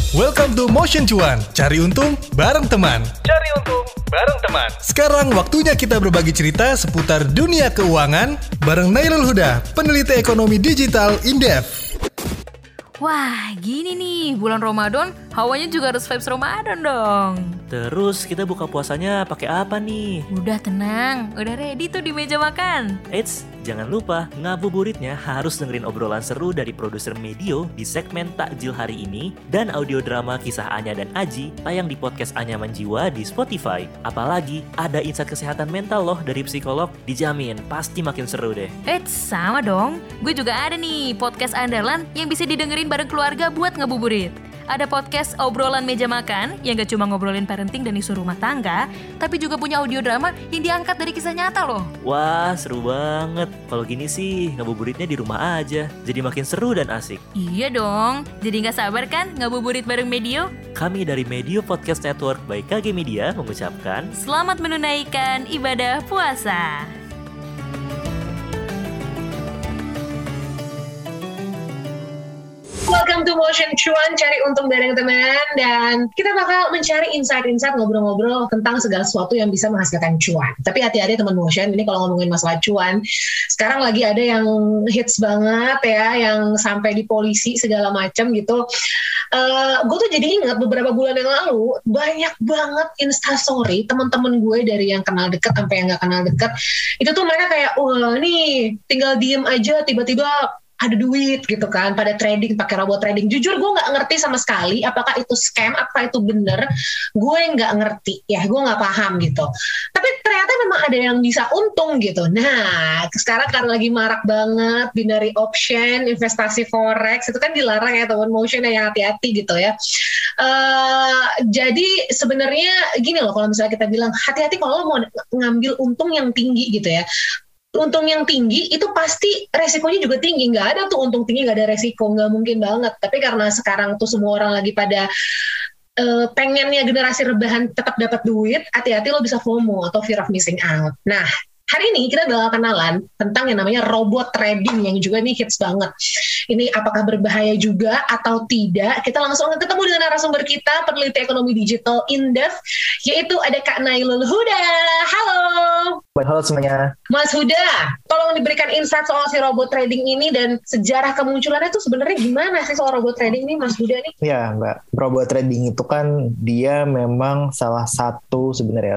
Welcome to Motion Cuan. Cari untung bareng teman. Sekarang waktunya kita berbagi cerita seputar dunia keuangan bareng Nailul Huda, peneliti ekonomi digital Indef. Wah, gini nih, bulan Ramadan, hawanya juga harus vibes Ramadan dong. Terus kita buka puasanya pakai apa nih? Udah tenang, udah ready tuh di meja makan. Eits, jangan lupa ngabuburitnya harus dengerin obrolan seru dari produser Medio di segmen Takjil hari ini dan audio drama kisah Anya dan Aji tayang di podcast Anyaman Jiwa di Spotify. Apalagi ada insight kesehatan mental loh dari psikolog, dijamin pasti makin seru deh. Sama dong, gue juga ada nih podcast andalan yang bisa didengerin bareng keluarga buat ngabuburit. Ada podcast obrolan meja makan yang gak cuma ngobrolin parenting dan isu rumah tangga, tapi juga punya audio drama yang diangkat dari kisah nyata loh. Wah, seru banget. Kalau gini sih ngabuburitnya di rumah aja, jadi makin seru dan asik. Iya dong, jadi gak sabar kan ngabuburit bareng Medio? Kami dari Medio Podcast Network by KG Media mengucapkan Selamat menunaikan ibadah puasa. Welcome to Motion Cuan, cari untung bareng teman. Dan kita bakal mencari insight-insight, ngobrol-ngobrol tentang segala sesuatu yang bisa menghasilkan cuan. Tapi hati-hati teman Motion, ini kalau ngomongin masalah cuan, sekarang lagi ada yang hits banget ya, yang sampai di polisi segala macam gitu. Gue tuh jadi ingat beberapa bulan yang lalu, banyak banget instastory teman-teman gue dari yang kenal dekat sampai yang gak kenal dekat. Itu tuh mereka kayak, wah nih tinggal diem aja tiba-tiba ada duit gitu kan, pada trading pakai robot trading. Jujur gue nggak ngerti sama sekali apakah itu scam, apa itu bener. Gue nggak ngerti ya, gue nggak paham gitu. Tapi ternyata memang ada yang bisa untung gitu. Nah sekarang karena lagi marak banget binary option, investasi forex itu kan dilarang ya teman Motion, yang hati-hati gitu ya. Jadi sebenarnya gini loh, kalau misalnya kita bilang hati-hati kalau lo mau ngambil untung yang tinggi gitu ya. Untung yang tinggi itu pasti resikonya juga tinggi. Nggak ada tuh untung tinggi nggak ada resiko, nggak mungkin banget. Tapi karena sekarang tuh semua orang lagi pada pengennya generasi rebahan tetap dapat duit, hati-hati lo bisa FOMO atau fear of missing out. Nah hari ini kita bakal kenalan tentang yang namanya robot trading yang juga nih hits banget. Ini apakah berbahaya juga atau tidak? Kita langsung ketemu dengan narasumber kita, peneliti ekonomi digital Indef, yaitu ada Kak Nailul Huda. Halo. Halo semuanya. Mas Huda, tolong diberikan insight soal si robot trading ini dan sejarah kemunculannya itu sebenarnya gimana sih soal robot trading ini, Mas Huda nih? Ya Mbak, robot trading itu kan dia memang salah satu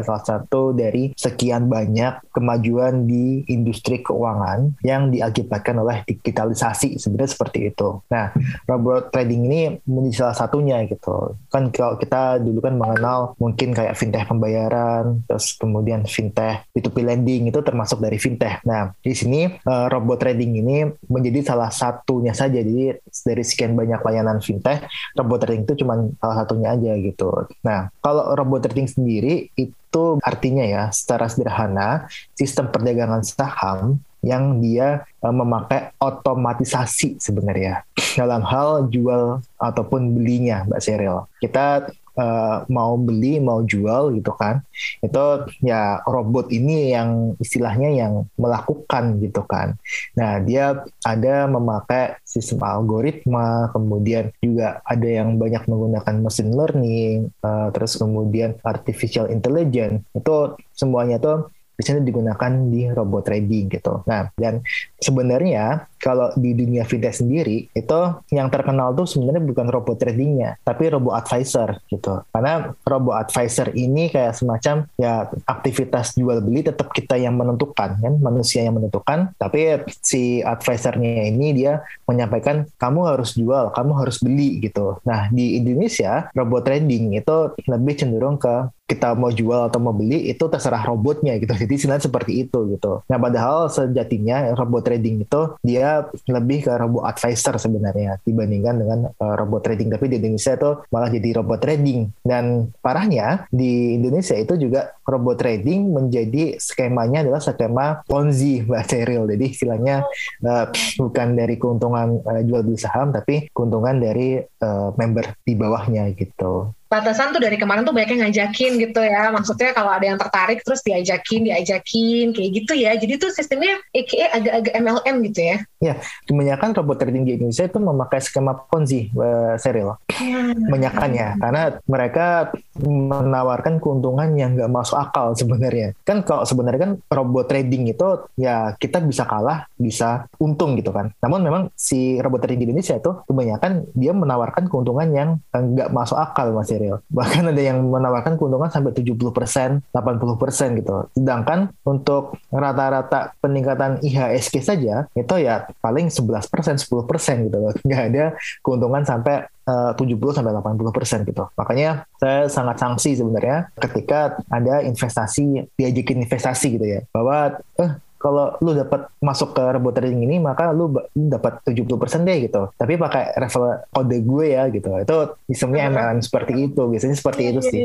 dari sekian banyak kemajuan di industri keuangan yang diakibatkan oleh digitalisasi, sebenarnya seperti itu. Nah, robot trading ini menjadi salah satunya gitu. Kan kalau kita dulu kan mengenal mungkin kayak fintech pembayaran, terus kemudian fintech P2P lending itu termasuk dari fintech. Nah, di sini robot trading ini menjadi salah satunya saja. Jadi dari sekian banyak layanan fintech, robot trading itu cuma salah satunya aja gitu. Nah, kalau robot trading sendiri itu artinya ya secara sederhana sistem perdagangan saham yang dia memakai otomatisasi sebenarnya dalam hal jual ataupun belinya, Mbak Sheryl. Kita mau beli mau jual gitu kan, itu ya robot ini yang istilahnya yang melakukan gitu kan. Nah dia ada memakai sistem algoritma, kemudian juga ada yang banyak menggunakan machine learning, terus kemudian artificial intelligence, itu semuanya tuh biasanya digunakan di robot trading gitu. Nah, dan sebenarnya kalau di dunia fintech sendiri itu yang terkenal tuh sebenarnya bukan robot tradingnya, tapi robot advisor gitu. Karena robot advisor ini kayak semacam ya aktivitas jual beli tetap kita yang menentukan kan, manusia yang menentukan, tapi si advisornya ini dia menyampaikan kamu harus jual, kamu harus beli gitu. Nah, di Indonesia robot trading itu lebih cenderung ke kita mau jual atau mau beli itu terserah robotnya gitu. Jadi sebenarnya seperti itu gitu. Nah padahal sejatinya robot trading itu dia lebih ke robot advisor sebenarnya dibandingkan dengan robot trading. Tapi di Indonesia itu malah jadi robot trading. Dan parahnya di Indonesia itu juga robot trading menjadi skemanya adalah skema Ponzi, Mbak Sheryl. Jadi istilahnya bukan dari keuntungan jual beli saham, tapi keuntungan dari member di bawahnya gitu. Batasan tuh dari kemarin tuh banyak yang ngajakin gitu ya. Maksudnya kalau ada yang tertarik terus diajakin kayak gitu ya. Jadi tuh sistemnya agak-agak MLM gitu ya. Ya, kebanyakan robot trading di Indonesia itu memakai skema Ponzi, Sheryl. Kebanyakannya, karena mereka menawarkan keuntungan yang nggak masuk akal sebenarnya. Kan kalau sebenarnya kan robot trading itu ya kita bisa kalah, bisa untung gitu kan. Namun memang si robot trading di Indonesia itu kebanyakan dia menawarkan keuntungan yang nggak masuk akal, Mas Sheryl. Bahkan ada yang menawarkan keuntungan sampai 70%, 80% gitu. Sedangkan untuk rata-rata peningkatan IHSG saja itu ya paling 11%, 10% gitu loh. Nggak ada keuntungan sampai 70-80% gitu. Makanya saya sangat sanksi sebenarnya ketika ada diajakin investasi gitu ya. Bahwa kalau lu dapat masuk ke robot trading ini, maka lu dapat 70% deh gitu. Tapi pakai referral kode gue ya gitu. Itu sistemnya MLM seperti itu. Biasanya seperti itu sih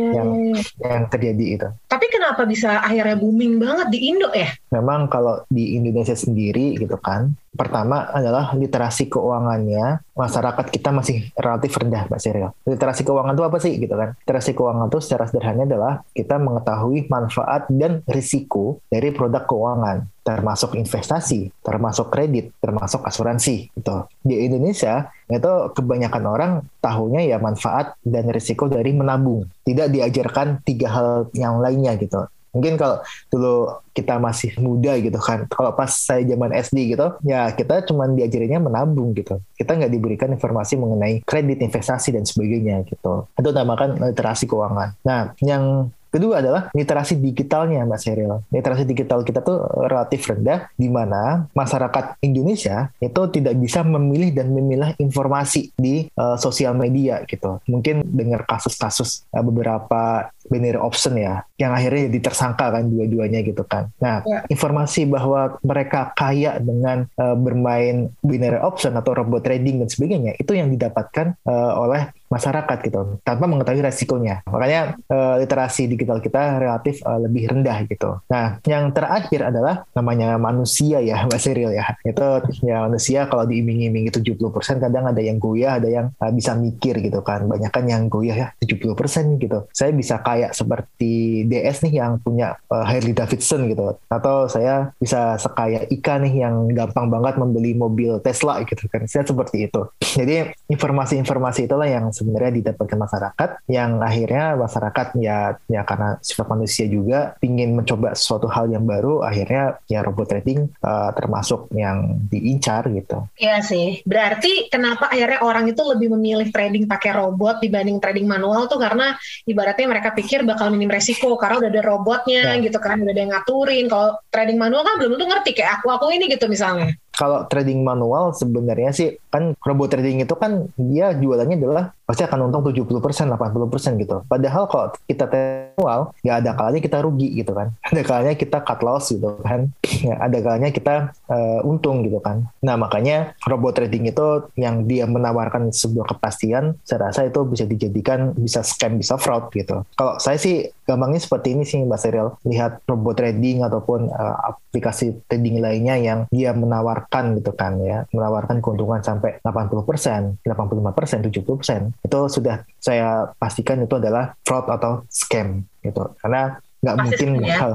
yang terjadi itu. Tapi kenapa bisa akhirnya booming banget di Indo ya? Memang kalau di Indonesia sendiri gitu kan, pertama adalah literasi keuangannya masyarakat kita masih relatif rendah, Mbak Sheryl. Literasi keuangan itu apa sih gitu kan? Literasi keuangan itu secara sederhana adalah kita mengetahui manfaat dan risiko dari produk keuangan, termasuk investasi, termasuk kredit, termasuk asuransi gitu. Di Indonesia itu kebanyakan orang tahunya ya manfaat dan risiko dari menabung. Tidak diajarkan 3 hal yang lainnya gitu. Mungkin kalau dulu kita masih muda gitu kan, kalau pas saya zaman SD gitu, ya kita cuma diajarinnya menabung gitu. Kita nggak diberikan informasi mengenai kredit, investasi, dan sebagainya gitu. Itu namakan literasi keuangan. Nah, yang kedua adalah literasi digitalnya, Mbak Sheryl. Literasi digital kita tuh relatif rendah, di mana masyarakat Indonesia itu tidak bisa memilih dan memilah informasi di sosial media gitu. Mungkin dengar kasus-kasus beberapa binary option ya, yang akhirnya jadi tersangka kan dua-duanya gitu kan. Nah, informasi bahwa mereka kaya dengan bermain binary option atau robot trading dan sebagainya, itu yang didapatkan oleh masyarakat gitu, tanpa mengetahui resikonya. Makanya literasi digital kita relatif lebih rendah gitu. Nah, yang terakhir adalah namanya manusia ya, Mbak Sheryl ya. Itu ya manusia kalau diiming-imingi 70%, kadang ada yang goyah, ada yang bisa mikir gitu kan. Banyakan yang goyah ya 70% gitu. Saya bisa kayak seperti DS nih yang punya Harley Davidson gitu. Atau saya bisa sekaya Ika nih yang gampang banget membeli mobil Tesla gitu kan. Saya seperti itu. Jadi informasi-informasi itulah yang sebenarnya didapatkan masyarakat, yang akhirnya masyarakat ya karena sifat manusia juga ingin mencoba sesuatu hal yang baru, akhirnya ya robot trading termasuk yang diincar gitu. Iya sih, berarti kenapa akhirnya orang itu lebih memilih trading pakai robot dibanding trading manual tuh karena ibaratnya mereka pikir bakal minim resiko karena udah ada robotnya gitu kan, udah ada yang ngaturin. Kalau trading manual kan belum tentu ngerti, kayak aku ini gitu misalnya. Kalau trading manual sebenarnya sih kan robot trading itu kan dia jualannya adalah pasti akan untung 70%, 80% gitu. Padahal kalau kita manual ya ada kalanya kita rugi gitu kan. Ada kalanya kita cut loss gitu kan. Ya, ada kalanya kita untung gitu kan. Nah, makanya robot trading itu yang dia menawarkan sebuah kepastian, saya rasa itu bisa dijadikan bisa scam, bisa fraud gitu. Kalau saya sih gampangnya seperti ini sih Mbak Sheryl, lihat robot trading ataupun aplikasi trading lainnya yang dia menawarkan gitu kan ya, menawarkan keuntungan sampai 80%, 85%, 70%, itu sudah saya pastikan itu adalah fraud atau scam gitu. Karena nggak mungkin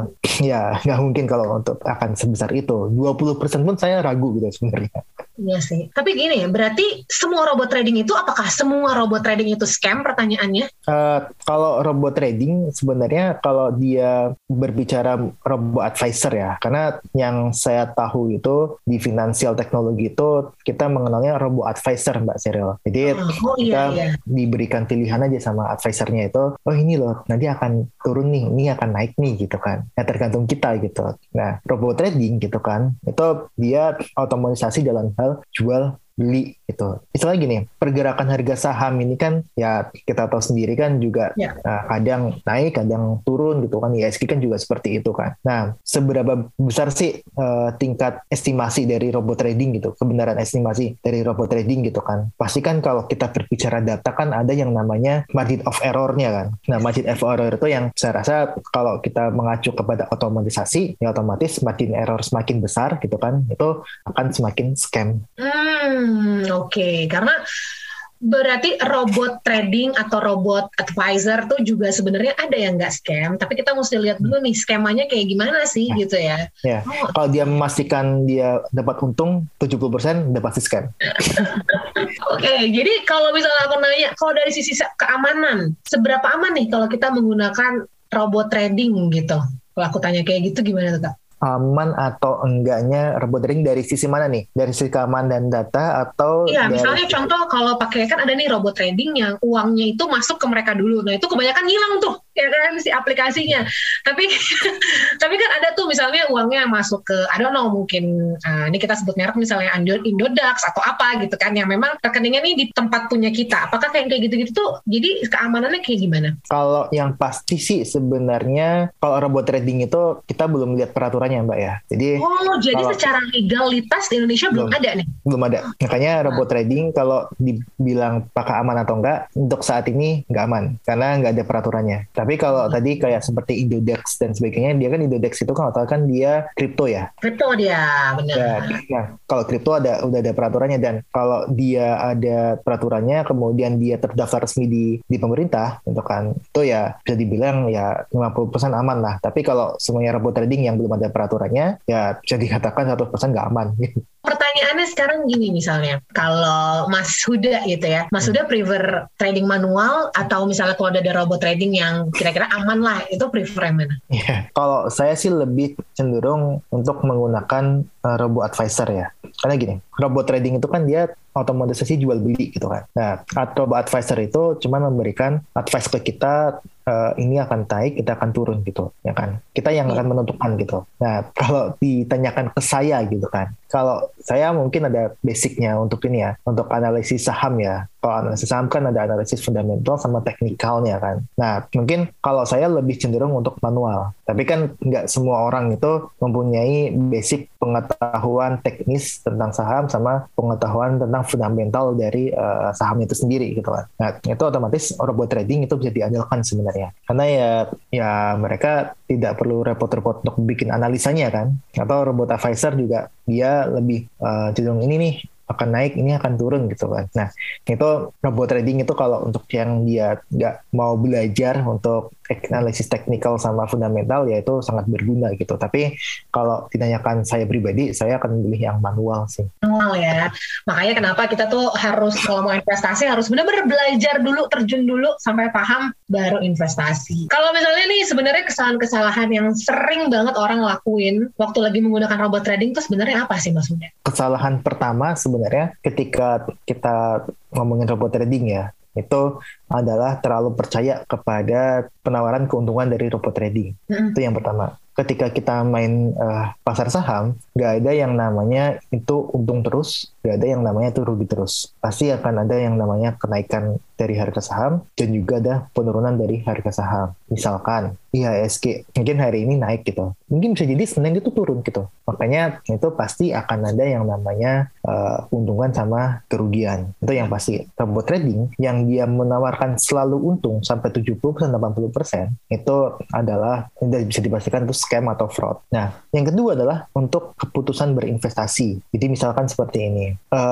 nggak mungkin kalau untuk akan sebesar itu. 20% pun saya ragu gitu sebenarnya. Iya sih. Tapi gini ya, berarti semua robot trading itu, apakah semua robot trading itu scam pertanyaannya? Kalau robot trading sebenarnya kalau dia berbicara robot advisor ya, karena yang saya tahu itu di financial technology itu kita mengenalnya robot advisor, Mbak Sheryl. Jadi kita diberikan pilihan aja sama advisornya itu, oh ini loh nanti akan turun nih, ini akan naik nih gitu kan. Ya tergantung kita gitu. Nah, robot trading gitu kan, itu dia otomatisasi dalam hal jual beli gitu. Istilah gini, pergerakan harga saham ini kan ya kita tahu sendiri kan juga kadang naik, kadang turun gitu kan. IHSG kan juga seperti itu kan. Nah, seberapa besar sih tingkat estimasi dari robot trading gitu, kebenaran estimasi dari robot trading gitu kan. Pasti kan kalau kita berbicara data kan ada yang namanya margin of error-nya kan. Nah, margin of error itu yang saya rasa kalau kita mengacu kepada otomatisasi, ya otomatis margin error semakin besar gitu kan, itu akan semakin scam. Oke. Karena Berarti robot trading atau robot advisor tuh juga sebenarnya ada yang nggak scam, tapi kita mesti lihat dulu nih skemanya kayak gimana sih gitu ya. Ya, kalau dia memastikan dia dapat untung 70% udah pasti scam. Oke, jadi kalau misalnya aku nanya, kalau dari sisi keamanan, seberapa aman nih kalau kita menggunakan robot trading gitu? Kalau aku tanya kayak gitu gimana tuh Kak? Aman atau enggaknya robot trading dari sisi mana nih? Dari sisi keamanan dan data atau Iya, dari... misalnya contoh kalau pakai kan ada nih robot trading yang uangnya itu masuk ke mereka dulu. Nah, itu kebanyakan hilang tuh, ya kan si aplikasinya. Tapi tapi kan ada tuh misalnya uangnya masuk ke I don't know mungkin ini kita sebut merek misalnya Indodax atau apa gitu kan yang memang rekeningnya nih di tempat punya kita. Apakah kayak gitu-gitu tuh jadi keamanannya kayak gimana? Kalau yang pasti sih sebenarnya kalau robot trading itu kita belum lihat peraturan ya Mbak ya. Jadi jadi secara legalitas di Indonesia belum ada nih. Belum ada. Makanya robot trading kalau dibilang apakah aman atau enggak untuk saat ini nggak aman karena nggak ada peraturannya. Tapi kalau tadi kayak seperti Indodax dan sebagainya, dia kan Indodax itu kan kan dia kripto ya. Kripto dia, benar. Nah, kalau kripto udah ada peraturannya dan kalau dia ada peraturannya kemudian dia terdaftar resmi di pemerintah gitu kan. Itu ya bisa dibilang ya 50% aman lah. Tapi kalau semuanya robot trading yang belum ada peraturannya, ya bisa dikatakan 100% nggak aman. Pertanyaannya sekarang gini misalnya, kalau Mas Huda gitu ya, Mas Huda prefer trading manual atau misalnya kalau ada robot trading yang kira-kira aman lah, itu prefer yang mana? Ya, kalau saya sih lebih cenderung untuk menggunakan robot advisor ya. Karena gini, robot trading itu kan dia otomatisasi jual beli gitu kan. Nah, robot advisor itu cuma memberikan advice ke kita, ini akan naik, kita akan turun gitu, ya kan. Kita yang akan menentukan gitu. Nah, kalau ditanyakan ke saya gitu kan, kalau saya mungkin ada basicnya untuk ini ya, untuk analisis saham ya. Kalau analisis saham kan ada analisis fundamental sama teknikalnya kan. Nah, mungkin kalau saya lebih cenderung untuk manual. Tapi kan nggak semua orang itu mempunyai basic pengetahuan teknis tentang saham sama pengetahuan tentang fundamental dari saham itu sendiri gitu kan. Nah, itu otomatis robot trading itu bisa diandalkan sebenarnya. Karena ya mereka tidak perlu repot-repot untuk bikin analisanya kan. Atau robot advisor juga dia lebih cenderung ini nih akan naik, ini akan turun gitu kan. Nah, itu robot trading itu kalau untuk yang dia nggak mau belajar untuk analisis teknikal sama fundamental, ya itu sangat berguna gitu. Tapi kalau ditanyakan saya pribadi, saya akan memilih yang manual sih. Manual ya. Makanya kenapa kita tuh harus kalau mau investasi harus benar-benar belajar dulu, terjun dulu sampai paham baru investasi. Kalau misalnya nih sebenarnya kesalahan-kesalahan yang sering banget orang lakuin waktu lagi menggunakan robot trading itu sebenarnya apa sih Mas Huda? Kesalahan pertama sebenarnya ketika kita ngomongin robot trading ya, itu adalah terlalu percaya kepada penawaran keuntungan dari robot trading. Itu yang pertama. Ketika kita main pasar saham, nggak ada yang namanya itu untung terus, nggak ada yang namanya itu rugi terus. Pasti akan ada yang namanya kenaikan dari harga saham dan juga ada penurunan dari harga saham. Misalkan IHSG mungkin hari ini naik gitu, mungkin bisa jadi Senin itu turun gitu. Makanya itu pasti akan ada yang namanya keuntungan sama kerugian. Itu yang pasti. Robot trading yang dia menawarkan selalu untung sampai 70%-80% itu adalah bisa dipastikan itu scam atau fraud. Nah, yang kedua adalah untuk keputusan berinvestasi. Jadi misalkan seperti ini,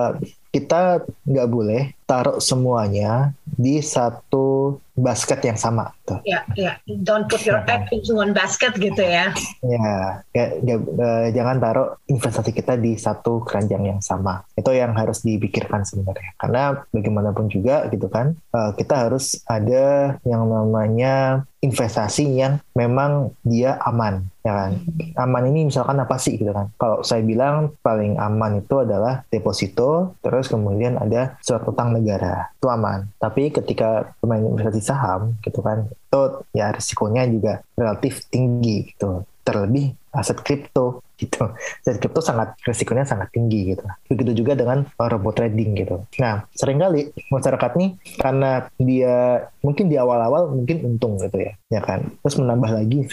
kita nggak boleh taruh semuanya di satu basket yang sama. Tuh. Ya. Don't put your egg into one basket gitu ya. Ya, jangan taruh investasi kita di satu keranjang yang sama. Itu yang harus dipikirkan sebenarnya. Karena bagaimanapun juga gitu kan, kita harus ada yang namanya investasi yang memang dia aman, ya kan. Aman ini misalkan apa sih gitu kan. Kalau saya bilang paling aman itu adalah deposito, terus kemudian ada surat utang negara. Itu aman. Tapi ketika pemain investasi saham gitu kan, itu ya risikonya juga relatif tinggi gitu. Terlebih aset kripto gitu. Aset kripto risikonya sangat tinggi gitu. Begitu juga dengan robot trading gitu. Nah, seringkali masyarakat nih karena dia mungkin di awal-awal mungkin untung gitu ya kan. Terus menambah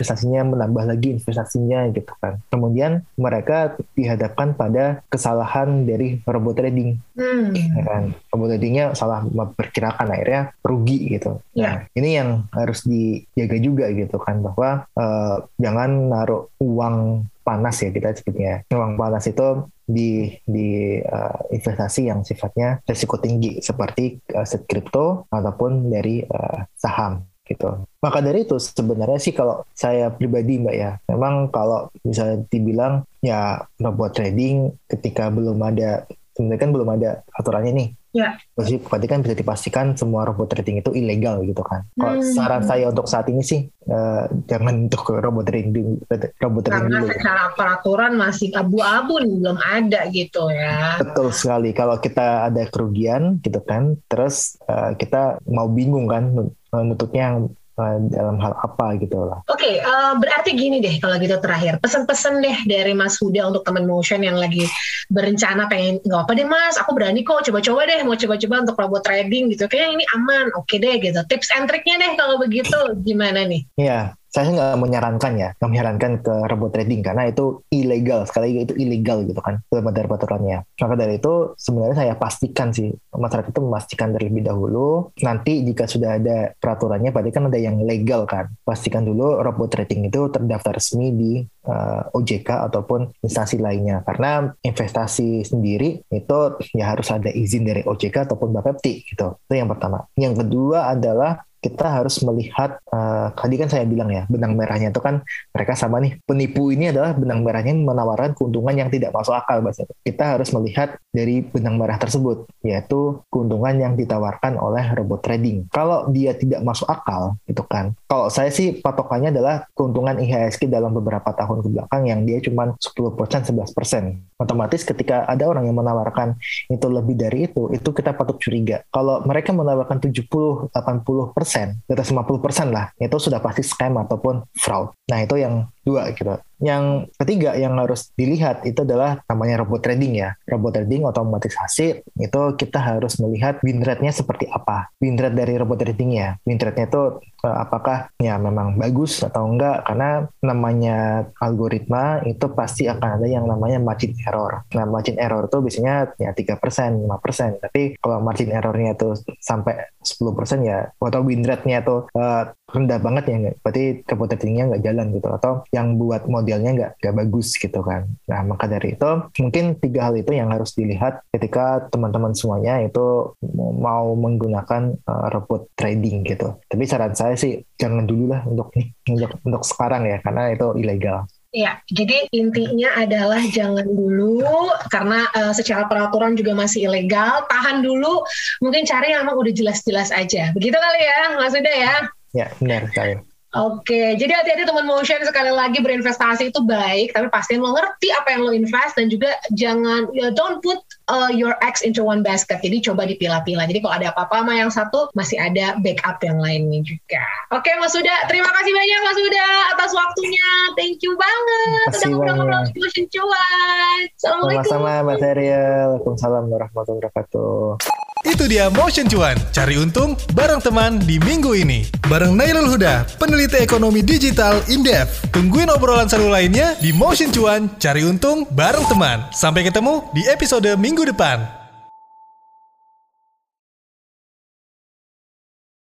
lagi investasinya gitu kan. Kemudian mereka dihadapkan pada kesalahan dari robot trading. Ya kan. Robot tradingnya salah memperkirakan akhirnya rugi gitu. Nah, ini yang harus dijaga juga gitu kan, bahwa jangan naruh uang panas ya kita sebutnya. Uang panas itu di investasi yang sifatnya risiko tinggi seperti aset kripto ataupun dari saham gitu. Maka dari itu sebenarnya sih kalau saya pribadi Mbak ya, memang kalau misalnya dibilang ya robot trading ketika sebenarnya kan belum ada aturannya nih. Ya. Berarti kan bisa dipastikan semua robot trading itu ilegal gitu kan. Kalau saran saya untuk saat ini sih jangan untuk robot trading karena dulu. Secara peraturan masih abu-abu nih, belum ada gitu ya. Betul sekali. Kalau kita ada kerugian gitu kan, terus kita mau bingung kan nutupnya yang dalam hal apa gitu lah. Oke, berarti gini deh kalau gitu terakhir. Pesan-pesan deh dari Mas Huda untuk teman motion yang lagi berencana pengen, nggak apa deh Mas, aku berani kok coba-coba deh, mau coba-coba untuk robot trading gitu. Kayaknya ini aman, oke deh gitu. Tips and triknya deh kalau begitu gimana nih? Iya. Saya nggak menyarankan ke robot trading karena itu ilegal, sekali lagi itu ilegal gitu kan, belum ada peraturannya. Maka dari itu sebenarnya saya pastikan sih, masyarakat itu memastikan terlebih dahulu, nanti jika sudah ada peraturannya, berarti kan ada yang legal kan, pastikan dulu robot trading itu terdaftar resmi di OJK ataupun instansi lainnya, karena investasi sendiri itu ya harus ada izin dari OJK ataupun Bapepti gitu, itu yang pertama. Yang kedua adalah kita harus melihat, tadi kan saya bilang ya, benang merahnya itu kan mereka sama nih, penipu ini adalah benang merahnya yang menawarkan keuntungan yang tidak masuk akal. Kita harus melihat dari benang merah tersebut, yaitu keuntungan yang ditawarkan oleh robot trading. Kalau dia tidak masuk akal, gitu kan, kalau saya sih patokannya adalah keuntungan IHSG dalam beberapa tahun kebelakang yang dia cuma 10%, 11%. Otomatis ketika ada orang yang menawarkan itu lebih dari itu kita patut curiga. Kalau mereka menawarkan 70, 80%, di atas 50% lah, itu sudah pasti scam ataupun fraud. Nah itu yang dua gitu. Yang ketiga yang harus dilihat itu adalah namanya robot trading ya. Robot trading otomatisasi itu kita harus melihat win rate-nya seperti apa. Win rate dari robot tradingnya. Win rate-nya itu apakah ya memang bagus atau enggak, karena namanya algoritma itu pasti akan ada yang namanya margin error. Nah margin error itu biasanya ya 3%, 5%. Tapi kalau margin error-nya itu sampai 10% ya, atau win rate-nya itu rendah banget ya, berarti robot tradingnya nggak jalan gitu, atau yang buat modelnya nggak bagus gitu kan. Nah maka dari itu mungkin 3 hal itu yang harus dilihat ketika teman-teman semuanya itu mau menggunakan robot trading gitu. Tapi saran saya sih jangan dulu lah untuk sekarang ya, karena itu ilegal. Ya, jadi intinya adalah jangan dulu karena secara peraturan juga masih ilegal. Tahan dulu, mungkin cari yang emang udah jelas-jelas aja. Begitu kali ya, Mas Huda ya? Ya, benar sekali. Oke, jadi hati-hati teman motion, sekali lagi berinvestasi itu baik, tapi pastiin lo ngerti apa yang lo invest, dan juga jangan, don't put your eggs into one basket. Jadi coba dipilah-pilah. Jadi kalau ada apa-apa sama yang satu, masih ada backup yang lainnya juga. Oke Mas Huda, terima kasih banyak Mas Huda atas waktunya. Thank you banget. Udah ngobrol-ngobrol di Motion Cuan. Assalamualaikum. Sama-sama Mas Ariel. Waalaikumsalam warahmatullahi wabarakatuh. Itu dia Motion Cuan, cari untung bareng teman di minggu ini. Bareng Nailul Huda, peneliti ekonomi digital Indef. Tungguin obrolan seru lainnya di Motion Cuan, cari untung bareng teman. Sampai ketemu di episode minggu depan.